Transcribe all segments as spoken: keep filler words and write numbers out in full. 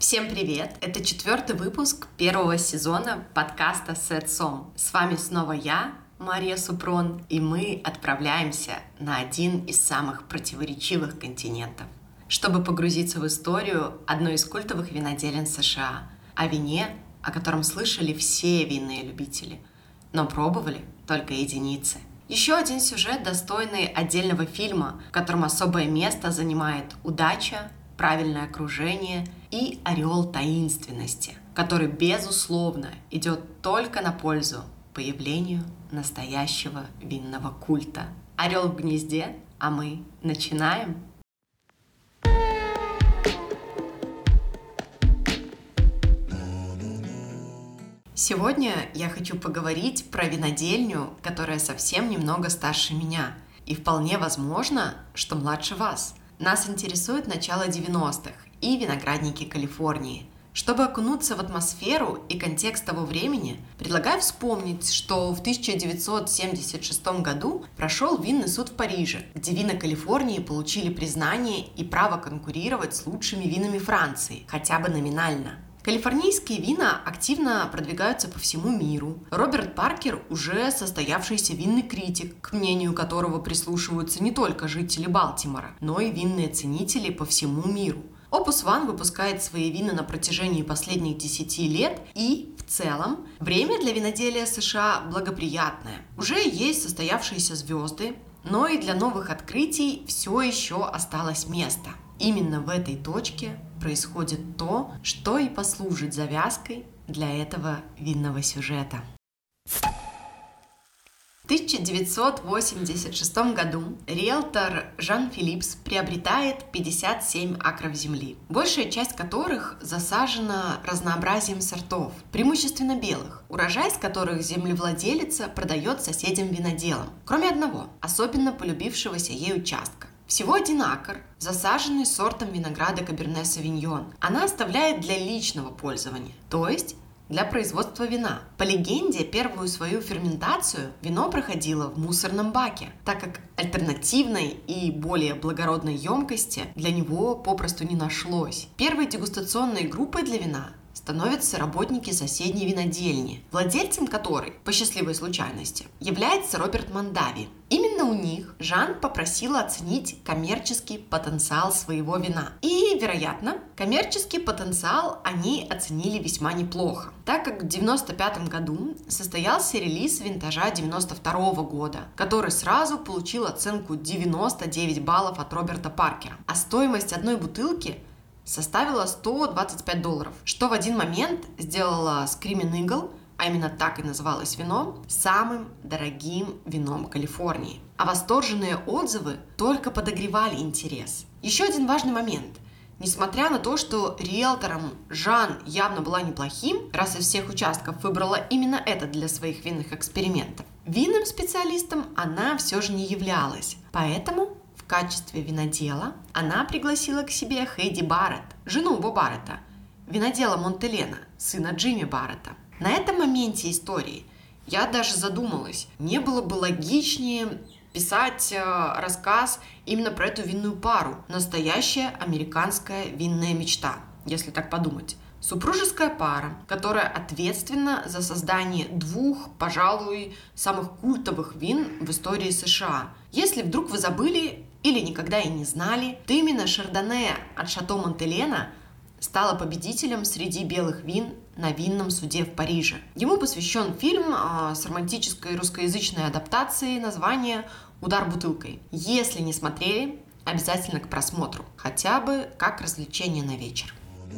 Всем привет! Это четвертый выпуск первого сезона подкаста Sad Song. С вами снова я, Мария Супрун, и мы отправляемся на один из самых противоречивых континентов, чтобы погрузиться в историю одной из культовых виноделин США, о вине, о котором слышали все винные любители, но пробовали только единицы. Еще один сюжет, достойный отдельного фильма, в котором особое место занимает удача, правильное окружение и ореол таинственности, который, безусловно, идет только на пользу появлению настоящего винного культа. Орел в гнезде, а мы начинаем. Сегодня я хочу поговорить про винодельню, которая совсем немного старше меня, и вполне возможно, что младше вас. Нас интересует начало девяностых и виноградники Калифорнии. Чтобы окунуться в атмосферу и контекст того времени, предлагаю вспомнить, что в тысяча девятьсот семьдесят шестом году прошел винный суд в Париже, где вина Калифорнии получили признание и право конкурировать с лучшими винами Франции, хотя бы номинально. Калифорнийские вина активно продвигаются по всему миру. Роберт Паркер уже состоявшийся винный критик, к мнению которого прислушиваются не только жители Балтимора, но и винные ценители по всему миру. Opus One выпускает свои вина на протяжении последних десяти лет, и в целом время для виноделия США благоприятное. Уже есть состоявшиеся звезды, но и для новых открытий все еще осталось место. Именно в этой точке происходит то, что и послужит завязкой для этого винного сюжета. В тысяча девятьсот восемьдесят шестом году риэлтор Жан Филлипс приобретает пятьдесят семь акров земли, большая часть которых засажена разнообразием сортов, преимущественно белых, урожай с которых землевладелица продает соседям-виноделам, кроме одного, особенно полюбившегося ей участка. Всего один акр, засаженный сортом винограда Каберне Савиньон. Она оставляет для личного пользования, то есть для производства вина. По легенде, первую свою ферментацию вино проходило в мусорном баке, так как альтернативной и более благородной емкости для него попросту не нашлось. Первой дегустационной группой для вина становятся работники соседней винодельни, владельцем которой, по счастливой случайности, является Роберт Мондави. Именно у них Жан попросила оценить коммерческий потенциал своего вина. И, вероятно, коммерческий потенциал они оценили весьма неплохо, так как в девяносто пятом году состоялся релиз винтажа девяносто второго года, который сразу получил оценку девяносто девять баллов от Роберта Паркера, а стоимость одной бутылки составила сто двадцать пять долларов, что в один момент сделало Screaming Eagle, а именно так и называлось вино, самым дорогим вином Калифорнии. А восторженные отзывы только подогревали интерес. Еще один важный момент. Несмотря на то, что риэлтором Жан явно была неплохим, раз из всех участков выбрала именно этот для своих винных экспериментов, винным специалистом она все же не являлась. Поэтому в качестве винодела она пригласила к себе Хейди Барретт, жену Бо Барретта, винодела Монтелена, сына Джимми Барретта. На этом моменте истории я даже задумалась, не было бы логичнее писать э, рассказ именно про эту винную пару. Настоящая американская винная мечта, если так подумать. Супружеская пара, которая ответственна за создание двух, пожалуй, самых культовых вин в истории США. Если вдруг вы забыли или никогда и не знали, то именно Шардоне от Шато Монтелена стала победителем среди белых вин на винном суде в Париже. Ему посвящен фильм а, с романтической русскоязычной адаптацией названия «Удар бутылкой». Если не смотрели, обязательно к просмотру, хотя бы как развлечение на вечер.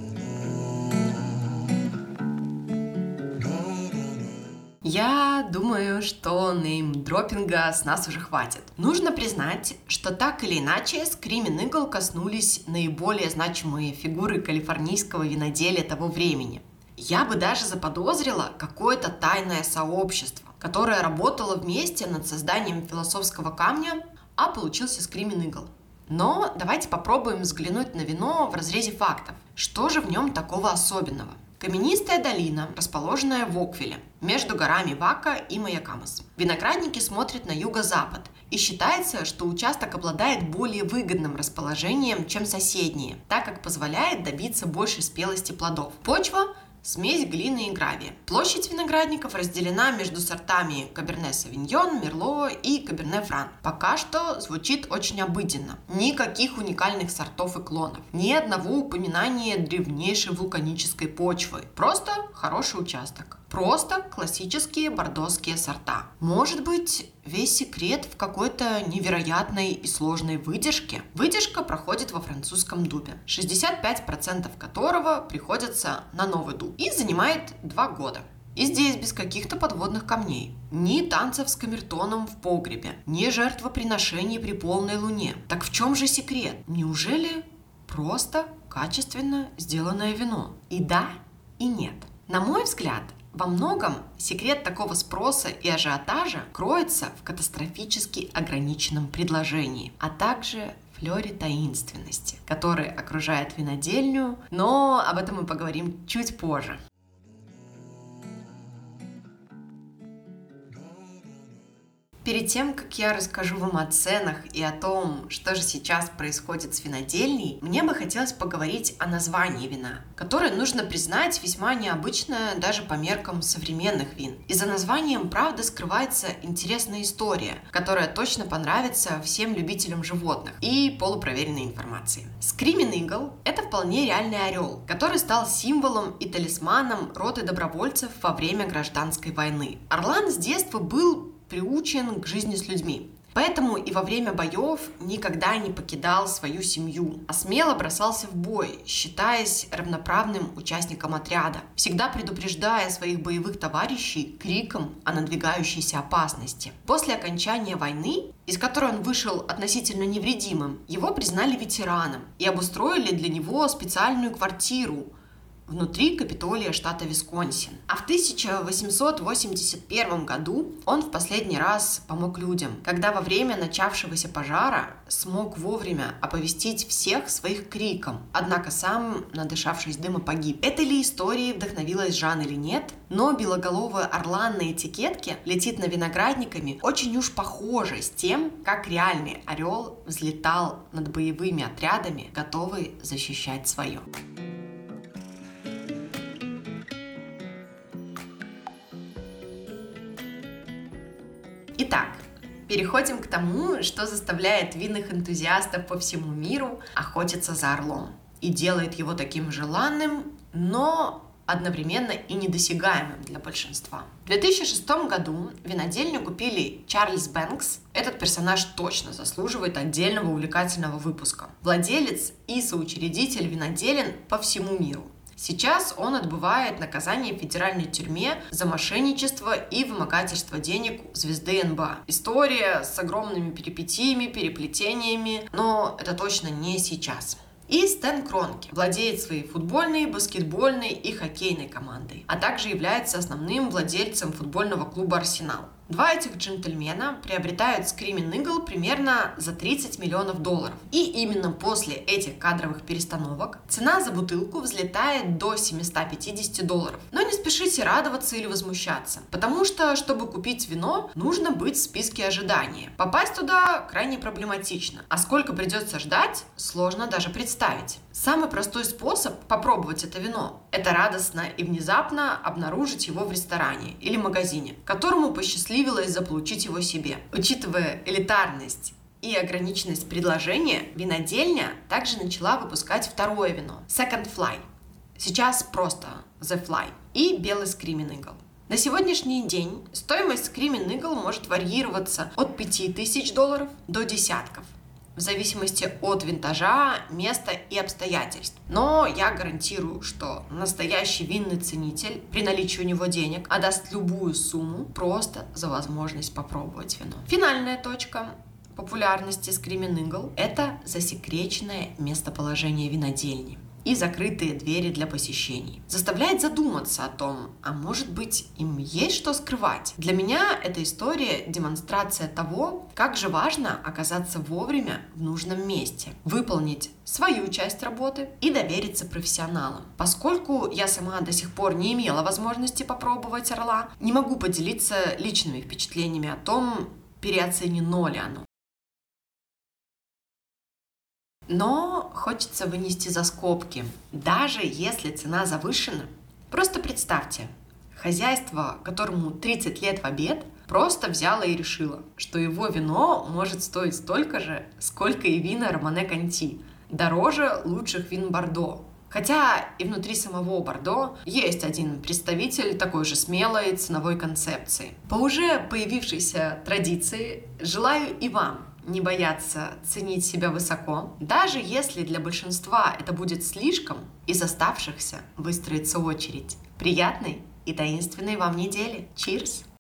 Я думаю, что неймдропинга с нас уже хватит. Нужно признать, что так или иначе Screaming Eagle коснулись наиболее значимые фигуры калифорнийского виноделия того времени. Я бы даже заподозрила какое-то тайное сообщество, которое работало вместе над созданием философского камня, а получился Screaming Eagle. Но давайте попробуем взглянуть на вино в разрезе фактов. Что же в нем такого особенного? Каменистая долина, расположенная в Оквиле, между горами Вака и Маякамас. Виноградники смотрят на юго-запад, и считается, что участок обладает более выгодным расположением, чем соседние, так как позволяет добиться большей спелости плодов. Почва – смесь глины и гравия. Площадь виноградников разделена между сортами Каберне Савиньон, Мерло и Каберне Фран. Пока что звучит очень обыденно. Никаких уникальных сортов и клонов. Ни одного упоминания древнейшей вулканической почвы. Просто хороший участок. Просто классические бордоские сорта. Может быть, весь секрет в какой-то невероятной и сложной выдержке? Выдержка проходит во французском дубе, шестьдесят пять процентов которого приходится на новый дуб и занимает два года. И здесь без каких-то подводных камней. Ни танцев с камертоном в погребе, ни жертвоприношений при полной луне. Так в чем же секрет? Неужели просто качественно сделанное вино? И да, и нет. На мой взгляд, во многом секрет такого спроса и ажиотажа кроется в катастрофически ограниченном предложении, а также флёре таинственности, который окружает винодельню, но об этом мы поговорим чуть позже. Перед тем, как я расскажу вам о ценах и о том, что же сейчас происходит с винодельней, мне бы хотелось поговорить о названии вина, которое, нужно признать, весьма необычное даже по меркам современных вин. И за названием, правда, скрывается интересная история, которая точно понравится всем любителям животных и полупроверенной информации. Screaming Eagle – это вполне реальный орел, который стал символом и талисманом роты добровольцев во время гражданской войны. Орлан с детства был приучен к жизни с людьми. Поэтому и во время боев никогда не покидал свою семью, а смело бросался в бой, считаясь равноправным участником отряда, всегда предупреждая своих боевых товарищей криком о надвигающейся опасности. После окончания войны, из которой он вышел относительно невредимым, его признали ветераном и обустроили для него специальную квартиру внутри Капитолия штата Висконсин. А в тысяча восемьсот восемьдесят первом году он в последний раз помог людям, когда во время начавшегося пожара смог вовремя оповестить всех своих криком, однако сам, надышавшись дыма, погиб. Этой ли историей вдохновилась Жан или нет, но белоголовый орлан на этикетке летит над виноградниками очень уж похоже с тем, как реальный орел взлетал над боевыми отрядами, готовый защищать свое. Итак, переходим к тому, что заставляет винных энтузиастов по всему миру охотиться за орлом и делает его таким желанным, но одновременно и недосягаемым для большинства. В две тысячи шестом году винодельню купили Чарльз Бэнкс. Этот персонаж точно заслуживает отдельного увлекательного выпуска. Владелец и соучредитель виноделен по всему миру. Сейчас он отбывает наказание в федеральной тюрьме за мошенничество и вымогательство денег у звезды эн бэ а. История с огромными перипетиями, переплетениями, но это точно не сейчас. И Стэн Кронке владеет своей футбольной, баскетбольной и хоккейной командой, а также является основным владельцем футбольного клуба «Арсенал». Два этих джентльмена приобретают Screaming Eagle примерно за тридцать миллионов долларов. И именно после этих кадровых перестановок цена за бутылку взлетает до семьсот пятьдесят долларов. Но не спешите радоваться или возмущаться, потому что, чтобы купить вино, нужно быть в списке ожидания. Попасть туда крайне проблематично, а сколько придется ждать, сложно даже представить. Самый простой способ попробовать это вино – это радостно и внезапно обнаружить его в ресторане или магазине, которому посчастливилось заполучить его себе. Учитывая элитарность и ограниченность предложения, винодельня также начала выпускать второе вино – Second Fly. Сейчас просто The Fly и белый Screaming Eagle. На сегодняшний день стоимость Screaming Eagle может варьироваться от пяти тысяч долларов до десятков, в зависимости от винтажа, места и обстоятельств. Но я гарантирую, что настоящий винный ценитель при наличии у него денег отдаст любую сумму просто за возможность попробовать вино. Финальная точка популярности Screaming Eagle – это засекреченное местоположение винодельни. и закрытые двери для посещений. Заставляет задуматься о том, а может быть, им есть что скрывать. Для меня эта история – демонстрация того, как же важно оказаться вовремя в нужном месте, выполнить свою часть работы и довериться профессионалам. Поскольку я сама до сих пор не имела возможности попробовать орла, не могу поделиться личными впечатлениями о том, переоценено ли оно. Но хочется вынести за скобки. Даже если цена завышена, просто представьте, хозяйство, которому тридцать лет в обед, просто взяло и решило, что его вино может стоить столько же, сколько и вина Романе Конти, дороже лучших вин Бордо. Хотя и внутри самого Бордо есть один представитель такой же смелой ценовой концепции. По уже появившейся традиции желаю и вам не бояться ценить себя высоко, даже если для большинства это будет слишком, из оставшихся выстроится очередь. Приятной и таинственной вам недели. Cheers!